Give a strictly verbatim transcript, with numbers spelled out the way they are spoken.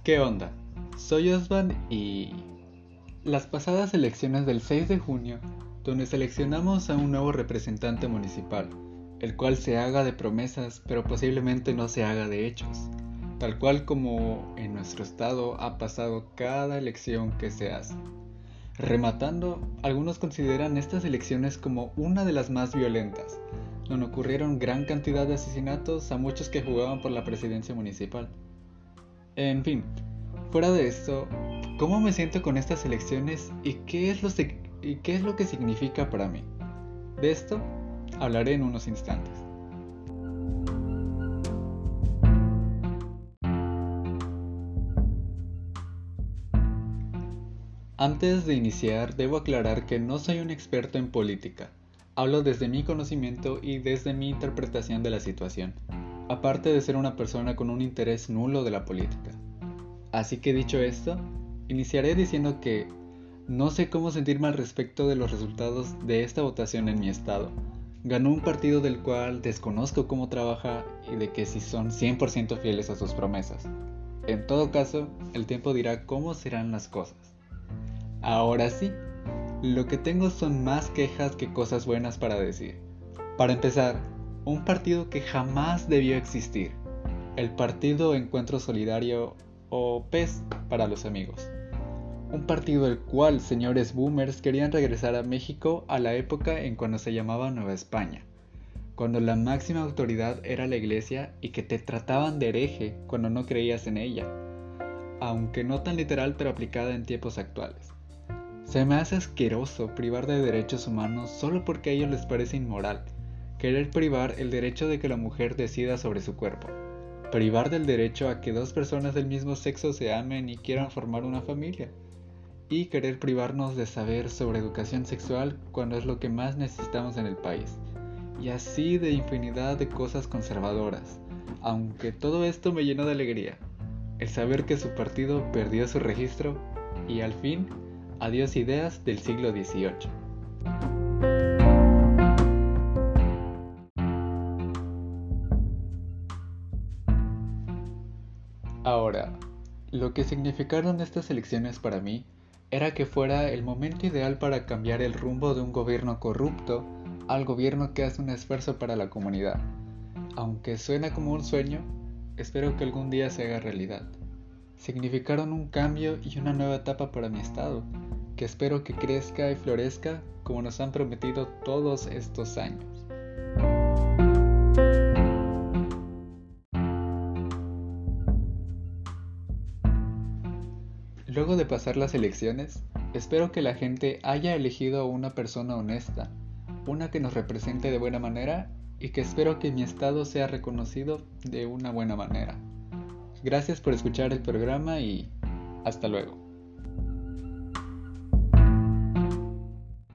¿Qué onda? Soy Osvan y las pasadas elecciones del seis de junio, donde seleccionamos a un nuevo representante municipal, el cual se haga de promesas, pero posiblemente no se haga de hechos, tal cual como en nuestro estado ha pasado cada elección que se hace. Rematando, algunos consideran estas elecciones como una de las más violentas, donde ocurrieron gran cantidad de asesinatos a muchos que jugaban por la presidencia municipal. En fin, fuera de esto, ¿cómo me siento con estas elecciones y qué es lo, y qué es lo que significa para mí? De esto hablaré en unos instantes. Antes de iniciar, debo aclarar que no soy un experto en política. Hablo desde mi conocimiento y desde mi interpretación de la situación, aparte de ser una persona con un interés nulo de la política. Así que dicho esto, iniciaré diciendo que no sé cómo sentirme al respecto de los resultados de esta votación en mi estado. Ganó un partido del cual desconozco cómo trabaja y de que si son cien por ciento fieles a sus promesas. En todo caso, el tiempo dirá cómo serán las cosas. Ahora sí, lo que tengo son más quejas que cosas buenas para decir. Para empezar, un partido que jamás debió existir, el Partido Encuentro Solidario o P E S para los amigos. Un partido el cual señores boomers querían regresar a México a la época en cuando se llamaba Nueva España, cuando la máxima autoridad era la iglesia y que te trataban de hereje cuando no creías en ella, aunque no tan literal pero aplicada en tiempos actuales. Se me hace asqueroso privar de derechos humanos solo porque a ellos les parece inmoral, querer privar el derecho de que la mujer decida sobre su cuerpo, privar del derecho a que dos personas del mismo sexo se amen y quieran formar una familia, y querer privarnos de saber sobre educación sexual cuando es lo que más necesitamos en el país, y así de infinidad de cosas conservadoras, aunque todo esto me llenó de alegría, el saber que su partido perdió su registro y al fin, adiós ideas del siglo dieciocho. Ahora, lo que significaron estas elecciones para mí era que fuera el momento ideal para cambiar el rumbo de un gobierno corrupto al gobierno que hace un esfuerzo para la comunidad. Aunque suena como un sueño, espero que algún día se haga realidad. Significaron un cambio y una nueva etapa para mi estado, que espero que crezca y florezca como nos han prometido todos estos años. Luego de pasar las elecciones, espero que la gente haya elegido a una persona honesta, una que nos represente de buena manera y que espero que mi estado sea reconocido de una buena manera. Gracias por escuchar el programa y hasta luego.